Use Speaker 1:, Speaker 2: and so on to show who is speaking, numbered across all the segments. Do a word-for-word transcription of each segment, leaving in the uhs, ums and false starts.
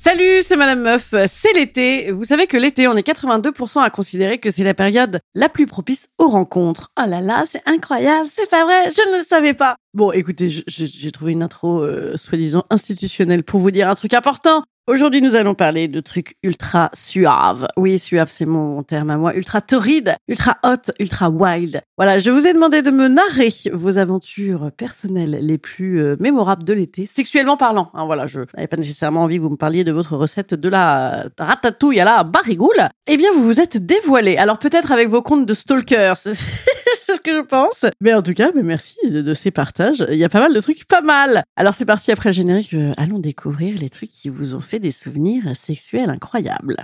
Speaker 1: Salut, c'est Madame Meuf, c'est l'été. Vous savez que l'été, on est quatre-vingt-deux pour cent à considérer que c'est la période la plus propice aux rencontres. Oh là là, c'est incroyable, c'est pas vrai, je ne le savais pas. Bon, écoutez, je, je, j'ai trouvé une intro euh, soi-disant institutionnelle pour vous dire un truc important. Aujourd'hui, nous allons parler de trucs ultra suaves. Oui, suave, c'est mon terme à moi. Ultra torride, ultra hot, ultra wild. Voilà, je vous ai demandé de me narrer vos aventures personnelles les plus euh, mémorables de l'été, sexuellement parlant. Hein, voilà, je n'avais pas nécessairement envie que vous me parliez de votre recette de la ratatouille à la barigoule. Eh bien, vous vous êtes dévoilé. Alors peut-être avec vos comptes de stalkers. C'est ce que je pense. Mais en tout cas, mais merci de, de ces partages. Il y a pas mal de trucs pas mal. Alors c'est parti après le générique. Euh, allons découvrir les trucs qui vous ont fait des souvenirs sexuels incroyables.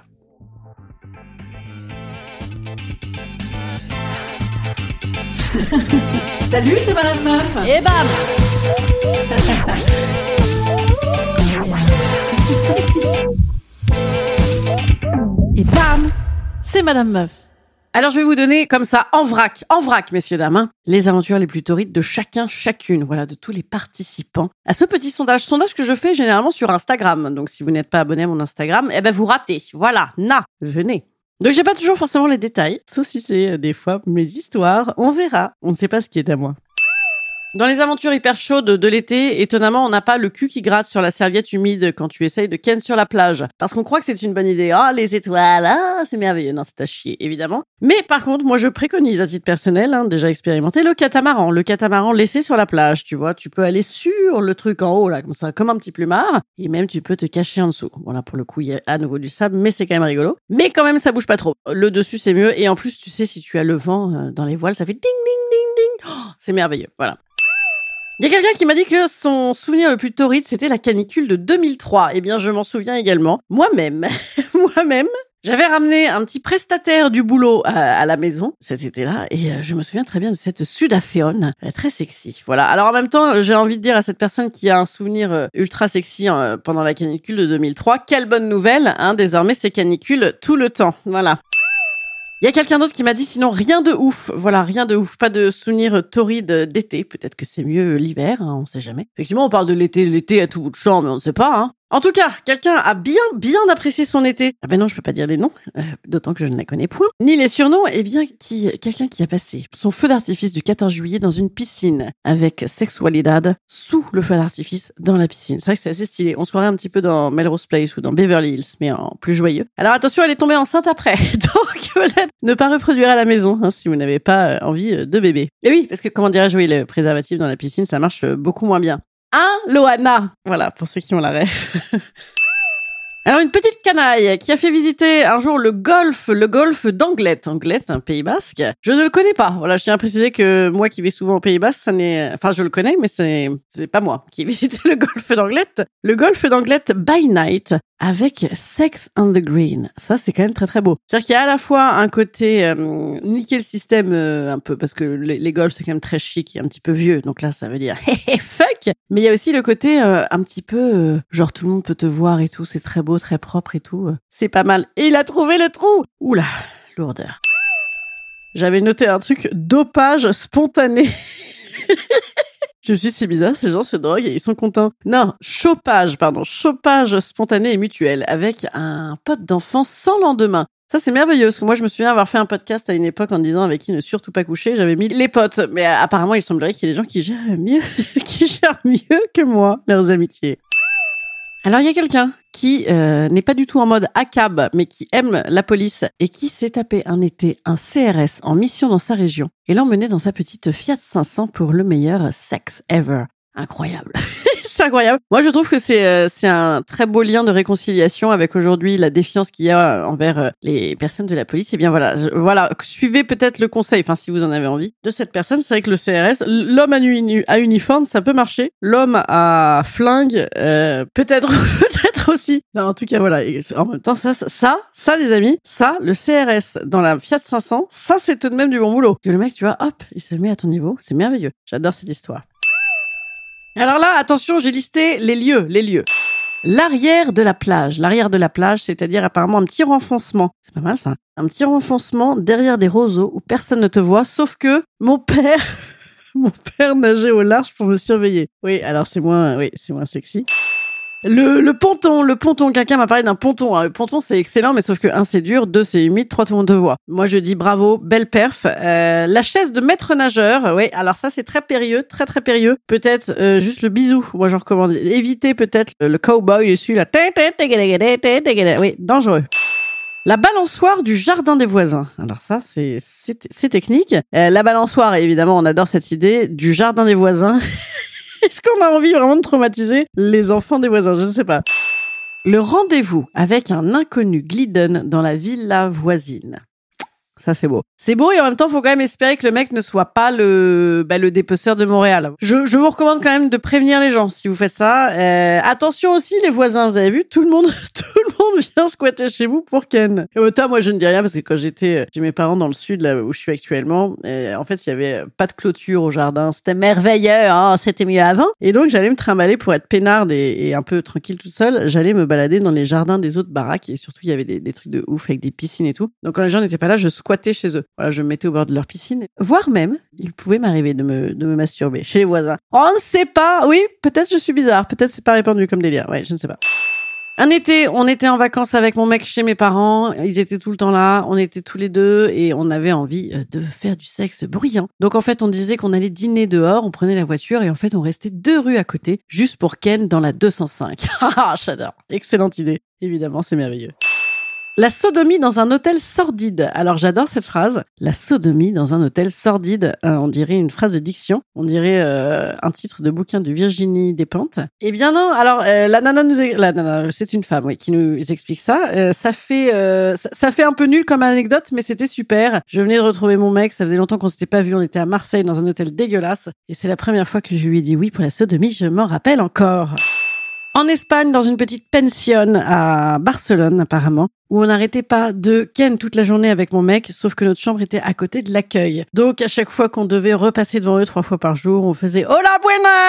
Speaker 2: Salut, c'est Madame Meuf.
Speaker 1: Et bam. Et bam, c'est Madame Meuf. Alors je vais vous donner comme ça, en vrac, en vrac, messieurs, dames, hein, les aventures les plus torrides de chacun, chacune, voilà, de tous les participants à ce petit sondage. Sondage que je fais généralement sur Instagram. Donc si vous n'êtes pas abonné à mon Instagram, eh ben vous ratez. Voilà, na, venez. Donc j'ai pas toujours forcément les détails, sauf si c'est euh, des fois mes histoires. On verra. On ne sait pas ce qui est à moi. Dans les aventures hyper chaudes de l'été, étonnamment, on n'a pas le cul qui gratte sur la serviette humide quand tu essayes de ken sur la plage. Parce qu'on croit que c'est une bonne idée. Ah, les étoiles, ah, c'est merveilleux. Non, c'est à chier, évidemment. Mais par contre, moi, je préconise à titre personnel, hein, déjà expérimenté, le catamaran. Le catamaran laissé sur la plage, tu vois. Tu peux aller sur le truc en haut, là, comme ça, comme un petit plumard. Et même, tu peux te cacher en dessous. Voilà, pour le coup, il y a à nouveau du sable, mais c'est quand même rigolo. Mais quand même, ça bouge pas trop. Le dessus, c'est mieux. Et en plus, tu sais, si tu as le vent euh, dans les voiles, ça fait ding, ding, ding, ding. Oh, c'est merveilleux. Voilà. Il y a quelqu'un qui m'a dit que son souvenir le plus torride, c'était la canicule de deux mille trois. Eh bien, je m'en souviens également. Moi-même, moi-même, j'avais ramené un petit prestataire du boulot à, à la maison cet été-là et euh, je me souviens très bien de cette Sudaféone, euh, très sexy. Voilà. Alors en même temps, j'ai envie de dire à cette personne qui a un souvenir euh, ultra sexy euh, pendant la canicule de deux mille trois, quelle bonne nouvelle, hein, désormais c'est canicule tout le temps. Voilà. Il y a quelqu'un d'autre qui m'a dit sinon rien de ouf. Voilà, rien de ouf. Pas de souvenirs torrides d'été. Peut-être que c'est mieux l'hiver, hein, on sait jamais. Effectivement, on parle de l'été, l'été à tout bout de champ, mais on ne sait pas, hein. En tout cas, quelqu'un a bien, bien apprécié son été. Ah ben non, je peux pas dire les noms, euh, d'autant que je ne la connais point. Ni les surnoms, eh bien, qui, quelqu'un qui a passé son feu d'artifice du quatorze juillet dans une piscine avec sexualidad sous le feu d'artifice dans la piscine. C'est vrai que c'est assez stylé. On se croirait un petit peu dans Melrose Place ou dans Beverly Hills, mais en plus joyeux. Alors attention, elle est tombée enceinte après. Donc, peut-être ne pas reproduire à la maison, hein, si vous n'avez pas envie de bébé. Et oui, parce que comment dirais-je, oui, le préservatif dans la piscine, ça marche beaucoup moins bien. Hein, Loana? Voilà, pour ceux qui ont la ref. Alors, une petite canaille qui a fait visiter un jour le golfe, le golfe d'Anglet. Anglet, c'est un Pays Basque. Je ne le connais pas. Voilà, je tiens à préciser que moi qui vais souvent au Pays Basque, ça n'est, enfin, je le connais, mais c'est, c'est pas moi qui ai visité le golfe d'Anglet. Le golfe d'Anglet by night avec Sex on the Green. Ça, c'est quand même très très beau. C'est-à-dire qu'il y a à la fois un côté euh, niquer le système euh, un peu, parce que les, les golfs, c'est quand même très chic et un petit peu vieux. Donc là, ça veut dire hey, fuck. Mais il y a aussi le côté euh, un petit peu, euh, genre tout le monde peut te voir et tout, c'est très beau, très propre et tout. C'est pas mal. Et il a trouvé le trou. Oula, lourdeur. J'avais noté un truc, dopage spontané. Je me suis dit, c'est bizarre, ces gens se droguent et ils sont contents. Non, chopage, pardon, chopage spontané et mutuel avec un pote d'enfance sans lendemain. Ça, c'est merveilleux, parce que moi, je me souviens avoir fait un podcast à une époque en disant avec qui ne surtout pas coucher. J'avais mis les potes. Mais apparemment, il semblerait qu'il y ait des gens qui gèrent mieux, qui gèrent mieux que moi, leurs amitiés. Alors, il y a quelqu'un qui euh, n'est pas du tout en mode A C A B, mais qui aime la police et qui s'est tapé un été un C R S en mission dans sa région et l'emmenait dans sa petite Fiat cinq cents pour le meilleur sex ever. Incroyable. C'est incroyable. Moi, je trouve que c'est euh, c'est un très beau lien de réconciliation avec aujourd'hui la défiance qu'il y a envers euh, les personnes de la police. Et bien voilà, je, voilà, suivez peut-être le conseil, enfin si vous en avez envie, de cette personne. C'est vrai que le C R S, l'homme à, uni, à uniforme, ça peut marcher. L'homme à flingue, euh, peut-être, peut-être aussi. Non, en tout cas, voilà. Et en même temps, ça, ça, ça, ça, les amis, ça, le C R S dans la Fiat cinq cents, ça, c'est tout de même du bon boulot. Que le mec, tu vois, hop, il se met à ton niveau. C'est merveilleux. J'adore cette histoire. Alors là, attention, j'ai listé les lieux, les lieux. L'arrière de la plage. L'arrière de la plage, c'est-à-dire apparemment un petit renfoncement. C'est pas mal ça. Un petit renfoncement derrière des roseaux où personne ne te voit, sauf que mon père, mon père nageait au large pour me surveiller. Oui, alors c'est moins, oui, c'est moins sexy. Le, le ponton, le ponton, quelqu'un m'a parlé d'un ponton. Alors, le ponton, c'est excellent, mais sauf que un, c'est dur, deux, c'est humide, trois, tout le monde te voit. Moi, je dis bravo, belle perf. Euh, la chaise de maître nageur, oui, alors ça, c'est très périlleux, très, très périlleux. Peut-être euh, juste le bisou, moi, je recommande. Évitez peut-être le, le cowboy dessus, là. Oui, dangereux. La balançoire du jardin des voisins. Alors ça, c'est, c'est, c'est technique. Euh, la balançoire, évidemment, on adore cette idée du jardin des voisins. Est-ce qu'on a envie vraiment de traumatiser les enfants des voisins? Je ne sais pas. Le rendez-vous avec un inconnu Glidden dans la villa voisine. Ça, c'est beau. C'est beau et en même temps, il faut quand même espérer que le mec ne soit pas le, bah, le dépeceur de Montréal. Je, je vous recommande quand même de prévenir les gens si vous faites ça. Euh, attention aussi, les voisins, vous avez vu, tout le monde, tout le monde vient squatter chez vous pour Ken. Et autant, moi, je ne dis rien parce que quand j'étais chez mes parents dans le sud, là où je suis actuellement, euh, en fait, il y avait pas de clôture au jardin. C'était merveilleux, hein, c'était mieux avant. Et donc, j'allais me trimballer pour être peinarde et, et un peu tranquille toute seule. J'allais me balader dans les jardins des autres baraques et surtout, il y avait des, des trucs de ouf avec des piscines et tout. Donc, quand les gens n'étaient pas là, je squattais chez eux. Voilà, je me mettais au bord de leur piscine. Voire même, il pouvait m'arriver de me, de me masturber chez les voisins. On ne sait pas. Oui, peut-être je suis bizarre. Peut-être c'est pas répandu comme délire. Ouais, je ne sais pas. Un été, on était en vacances avec mon mec chez mes parents. Ils étaient tout le temps là. On était tous les deux et on avait envie de faire du sexe bruyant. Donc en fait, on disait qu'on allait dîner dehors. On prenait la voiture et en fait, on restait deux rues à côté juste pour Ken dans la deux cent cinq. Ah, j'adore. Excellente idée. Évidemment, c'est merveilleux. La sodomie dans un hôtel sordide. Alors j'adore cette phrase. La sodomie dans un hôtel sordide. Euh, on dirait une phrase de diction. On dirait euh, un titre de bouquin de Virginie Despentes. Eh bien non. Alors euh, la nana nous, est... la nana, c'est une femme, oui, qui nous explique ça. Euh, ça fait, euh, ça, ça fait un peu nul comme anecdote, mais c'était super. Je venais de retrouver mon mec. Ça faisait longtemps qu'on s'était pas vu. On était à Marseille dans un hôtel dégueulasse, et c'est la première fois que je lui ai dit oui pour la sodomie. Je m'en rappelle encore. En Espagne, dans une petite pension à Barcelone, apparemment, où on n'arrêtait pas de ken toute la journée avec mon mec, sauf que notre chambre était à côté de l'accueil. Donc, à chaque fois qu'on devait repasser devant eux trois fois par jour, on faisait « Hola, buenas !»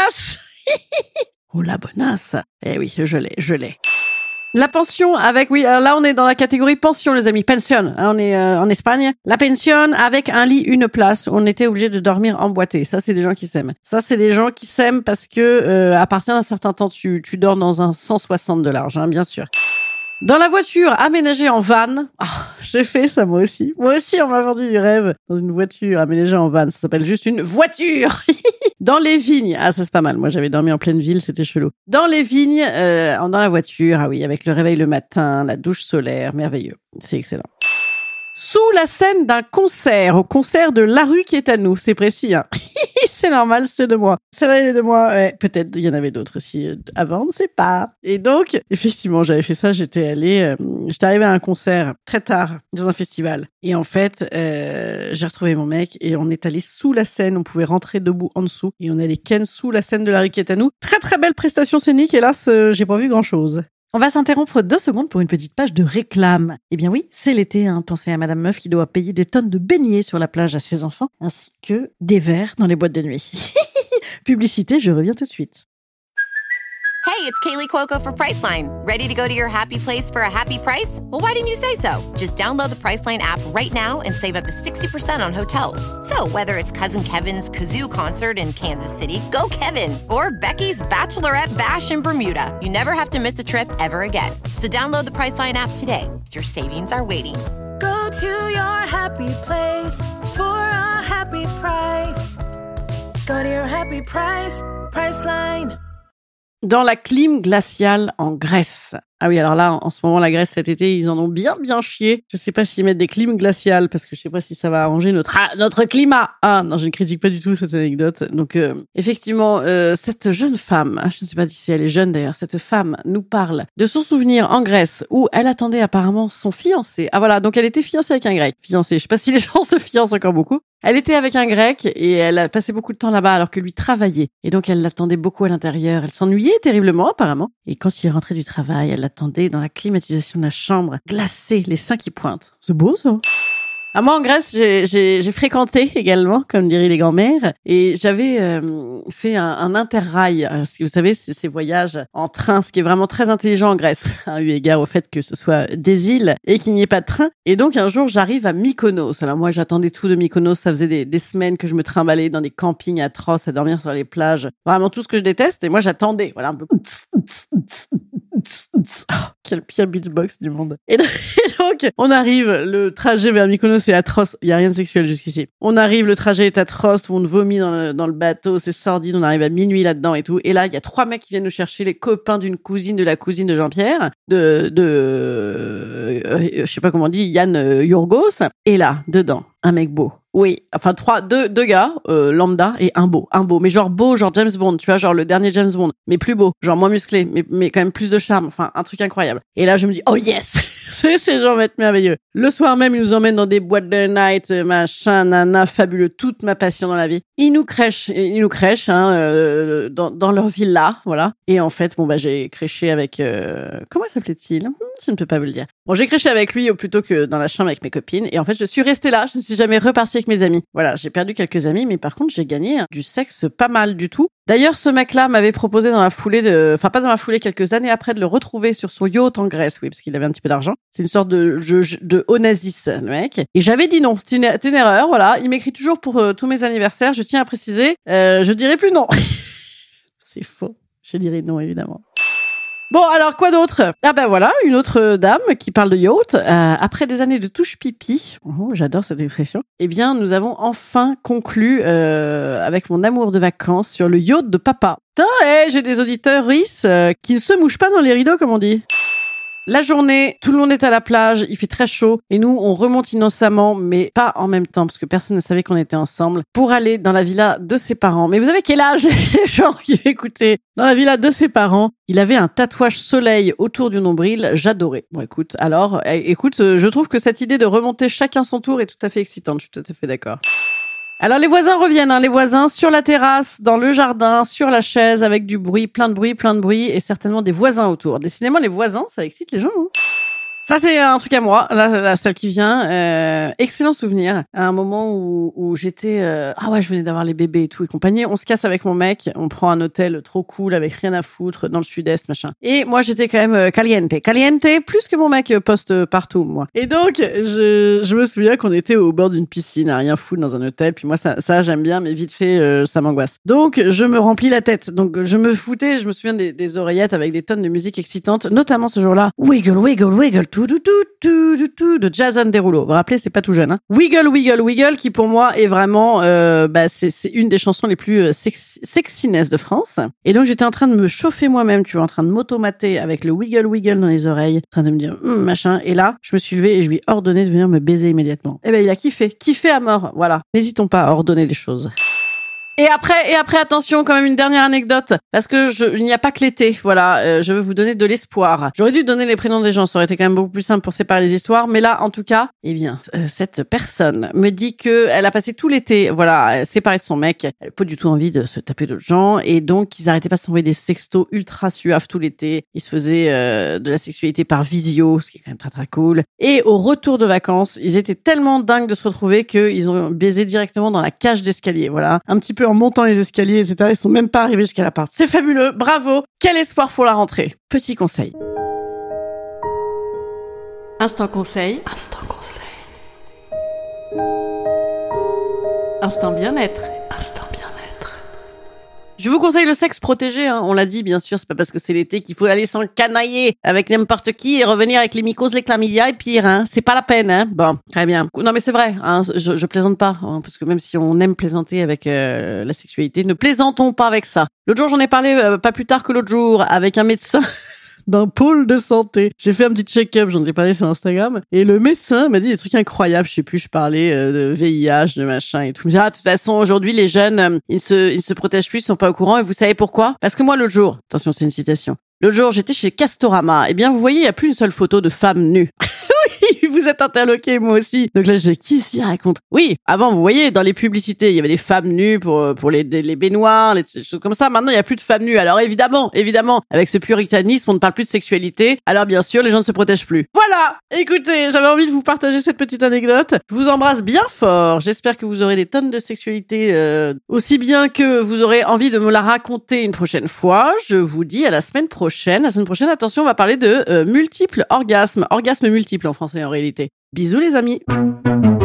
Speaker 1: Hola, buenas. Eh oui, je l'ai, je l'ai. La pension avec, oui, alors là on est dans la catégorie pension les amis, pension, hein, on est euh, en Espagne. La pension avec un lit, une place, on était obligé de dormir emboîté. Ça c'est des gens qui s'aiment. Ça c'est des gens qui s'aiment parce que euh, à partir d'un certain temps tu, tu dors dans un cent soixante de large, hein, bien sûr. Dans la voiture aménagée en van, oh, j'ai fait ça moi aussi. Moi aussi on m'a vendu du rêve dans une voiture aménagée en van, ça s'appelle juste une voiture. Dans les vignes, ah ça c'est pas mal, moi j'avais dormi en pleine ville, c'était chelou. Dans les vignes, euh, dans la voiture, ah oui, avec le réveil le matin, la douche solaire, merveilleux, c'est excellent. Sous la scène d'un concert, au concert de La Rue qui est à nous, c'est précis, hein. C'est normal, c'est de moi. Celle-là, elle est de moi, ouais. Peut-être, il y en avait d'autres aussi euh, avant, on ne sait pas. Et donc, effectivement, j'avais fait ça, j'étais allée, euh, j'étais arrivée à un concert très tard, dans un festival. Et en fait, euh, j'ai retrouvé mon mec et on est allé sous la scène, on pouvait rentrer debout en dessous et on allait ken sous la scène de La Rue qui est à nous. Très très belle prestation scénique, hélas, euh, j'ai pas vu grand-chose. On va s'interrompre deux secondes pour une petite page de réclame. Eh bien oui, c'est l'été, hein. Pensez à Madame Meuf qui doit payer des tonnes de beignets sur la plage à ses enfants, ainsi que des verres dans les boîtes de nuit. Publicité, je reviens tout de suite.
Speaker 3: Hey, it's Kaylee Cuoco for Priceline. Ready to go to your happy place for a happy price? Well, why didn't you say so? Just download the Priceline app right now and save up to sixty percent on hotels. So whether it's Cousin Kevin's Kazoo Concert in Kansas City, go Kevin, or Becky's Bachelorette Bash in Bermuda, you never have to miss a trip ever again. So download the Priceline app today. Your savings are waiting.
Speaker 4: Go to your happy place for a happy price. Go to your happy price, Priceline.
Speaker 1: Dans la clim glaciale en Grèce. Ah oui, alors là, en ce moment, la Grèce, cet été, ils en ont bien, bien chié. Je sais pas s'ils mettent des clims glaciales, parce que je sais pas si ça va arranger notre, ah, notre climat. Ah, non, je ne critique pas du tout cette anecdote. Donc, euh, effectivement, euh, cette jeune femme, je ne sais pas si elle est jeune d'ailleurs, cette femme nous parle de son souvenir en Grèce, où elle attendait apparemment son fiancé. Ah voilà, donc elle était fiancée avec un Grec. Fiancée, je sais pas si les gens se fiancent encore beaucoup. Elle était avec un Grec et elle a passé beaucoup de temps là-bas alors que lui travaillait. Et donc, elle l'attendait beaucoup à l'intérieur. Elle s'ennuyait terriblement, apparemment. Et quand il rentrait du travail, elle l'attendait dans la climatisation de la chambre, glacée, les seins qui pointent. C'est beau, ça. Ah, moi, en Grèce, j'ai, j'ai, j'ai fréquenté également, comme diraient les grands-mères, et j'avais euh, fait un, un interrail. Alors, vous savez, c'est ces voyages en train, ce qui est vraiment très intelligent en Grèce, hein, eu égard au fait que ce soit des îles et qu'il n'y ait pas de train. Et donc, un jour, j'arrive à Mykonos. Alors moi, j'attendais tout de Mykonos. Ça faisait des, des semaines que je me trimballais dans des campings atroces, à dormir sur les plages. Vraiment tout ce que je déteste. Et moi, j'attendais. Voilà, un peu. Oh, quel pire beatbox du monde. Et donc, on arrive, le trajet vers Mykonos est atroce. Il y a rien de sexuel jusqu'ici. On arrive, le trajet est atroce, on vomit dans le, dans le bateau, c'est sordide, on arrive à minuit là-dedans et tout. Et là, il y a trois mecs qui viennent nous chercher, les copains d'une cousine de la cousine de Jean-Pierre, de, de, euh, je sais pas comment on dit, Yann euh, Yorgos. Et là, dedans, un mec beau. Oui, enfin trois, deux, deux gars euh, lambda et un beau, un beau, mais genre beau, genre James Bond, tu vois, genre le dernier James Bond, mais plus beau, genre moins musclé, mais mais quand même plus de charme, enfin un truc incroyable. Et là je me dis oh yes, c'est ces gens vont être merveilleux. Le soir même ils nous emmènent dans des boîtes de night, machin, nana, fabuleux, toute ma passion dans la vie. Ils nous crèchent, ils nous crèchent hein, euh, dans dans leur villa, voilà. Et en fait bon bah j'ai créché avec euh, comment s'appelait-il? Je ne peux pas vous le dire. Bon j'ai créché avec lui plutôt que dans la chambre avec mes copines. Et en fait je suis restée là, je ne suis jamais repartie avec mes amis. Voilà, j'ai perdu quelques amis, mais par contre, j'ai gagné du sexe pas mal du tout. D'ailleurs, ce mec-là m'avait proposé dans la foulée de, enfin pas dans la foulée, quelques années après, de le retrouver sur son yacht en Grèce, oui, parce qu'il avait un petit peu d'argent. C'est une sorte de jeu de Onassis, le mec. Et j'avais dit non, c'est une, c'est une erreur, voilà. Il m'écrit toujours pour euh, tous mes anniversaires, je tiens à préciser, euh, je dirai plus non. C'est faux, je dirai non, évidemment. Bon, alors quoi d'autre? Ah ben voilà, une autre dame qui parle de yacht. Euh, après des années de touche pipi, oh, j'adore cette expression, eh bien nous avons enfin conclu euh, avec mon amour de vacances sur le yacht de papa. Putain, hey, j'ai des auditeurs Riss euh, qui ne se mouchent pas dans les rideaux, comme on dit. La journée, tout le monde est à la plage, il fait très chaud et nous, on remonte innocemment, mais pas en même temps parce que personne ne savait qu'on était ensemble, pour aller dans la villa de ses parents. Mais vous avez quel âge les gens qui écoutaient? Dans la villa de ses parents, il avait un tatouage soleil autour du nombril, j'adorais. Bon écoute, alors, écoute, je trouve que cette idée de remonter chacun son tour est tout à fait excitante, je suis tout à fait d'accord. Alors les voisins reviennent, hein, les voisins sur la terrasse, dans le jardin, sur la chaise, avec du bruit, plein de bruit, plein de bruit, et certainement des voisins autour. Décidément, les voisins, ça excite les gens. Hein. Ça, c'est un truc à moi, là, la celle qui vient. Euh, excellent souvenir, à un moment où, où j'étais... Euh, ah ouais, je venais d'avoir les bébés et tout et compagnie. On se casse avec mon mec, on prend un hôtel trop cool, avec rien à foutre, dans le sud-est, machin. Et moi, j'étais quand même caliente. Caliente, plus que mon mec poste partout, moi. Et donc, je, je me souviens qu'on était au bord d'une piscine, à rien foutre dans un hôtel. Puis moi, ça, ça j'aime bien, mais vite fait, euh, ça m'angoisse. Donc, je me remplis la tête. Donc, je me foutais, je me souviens des, des oreillettes avec des tonnes de musique excitante, notamment ce jour-là. Wiggle, wiggle, wiggle, tout, tout, tout, tout, tout, tout, de Jason Derulo. Vous vous rappelez, c'est pas tout jeune, hein. Wiggle, wiggle, wiggle, qui pour moi est vraiment, euh, bah, c'est, c'est une des chansons les plus sex- sexiness de France. Et donc, j'étais en train de me chauffer moi-même, tu vois, en train de m'automater avec le wiggle, wiggle dans les oreilles, en train de me dire, hum, machin. Et là, je me suis levée et je lui ai ordonné de venir me baiser immédiatement. Eh ben, il a kiffé, kiffé à mort. Voilà. N'hésitons pas à ordonner les choses. Et après, et après, attention, quand même une dernière anecdote, parce que je, il n'y a pas que l'été, voilà, euh, je veux vous donner de l'espoir. J'aurais dû donner les prénoms des gens, ça aurait été quand même beaucoup plus simple pour séparer les histoires, mais là, en tout cas, eh bien, euh, cette personne me dit que elle a passé tout l'été, voilà, séparée de son mec, elle n'a pas du tout envie de se taper d'autres gens, et donc ils arrêtaient pas de s'envoyer des sextos ultra suaves tout l'été, ils se faisaient euh, de la sexualité par visio, ce qui est quand même très très cool, et au retour de vacances, ils étaient tellement dingues de se retrouver qu'ils ont baisé directement dans la cage d'escalier, voilà, un petit peu en montant les escaliers, et cetera. Ils sont même pas arrivés jusqu'à l'appart. C'est fabuleux, bravo, quel espoir pour la rentrée. Petit conseil.
Speaker 2: Instant conseil.
Speaker 4: Instant conseil.
Speaker 1: Instant bien-être.
Speaker 4: Instant bien-être.
Speaker 1: Je vous conseille le sexe protégé, hein. On l'a dit, bien sûr, c'est pas parce que c'est l'été qu'il faut aller s'encanailler avec n'importe qui et revenir avec les mycoses, les chlamydia et pire, hein. C'est pas la peine, hein. Bon, très bien. Non, mais c'est vrai, hein. Je, je plaisante pas, hein, parce que même si on aime plaisanter avec euh, la sexualité, ne plaisantons pas avec ça. L'autre jour, j'en ai parlé euh, pas plus tard que l'autre jour avec un médecin d'un pôle de santé. J'ai fait un petit check-up, j'en ai parlé sur Instagram, et le médecin m'a dit des trucs incroyables. Je sais plus, je parlais euh, de V I H, de machin et tout. Il me dit, ah, de toute façon, aujourd'hui, les jeunes, euh, ils se, ils se protègent plus, ils sont pas au courant, et vous savez pourquoi? Parce que moi, l'autre jour, attention, c'est une citation. L'autre jour, j'étais chez Castorama. Eh bien, vous voyez, il y a plus une seule photo de femme nue. Oui, vous êtes interloqués, moi aussi. Donc là, je dis, qui s'y raconte? Oui, avant, vous voyez, dans les publicités, il y avait des femmes nues pour pour les les baignoires, les choses comme ça. Maintenant, il y a plus de femmes nues. Alors évidemment, évidemment, avec ce puritanisme, on ne parle plus de sexualité. Alors bien sûr, les gens ne se protègent plus. Voilà. Écoutez, j'avais envie de vous partager cette petite anecdote. Je vous embrasse bien fort. J'espère que vous aurez des tonnes de sexualité, euh, aussi bien que vous aurez envie de me la raconter une prochaine fois. Je vous dis à la semaine prochaine. La semaine prochaine, attention, on va parler de euh, multiples orgasmes, orgasmes multiples en français en réalité. Bisous les amis.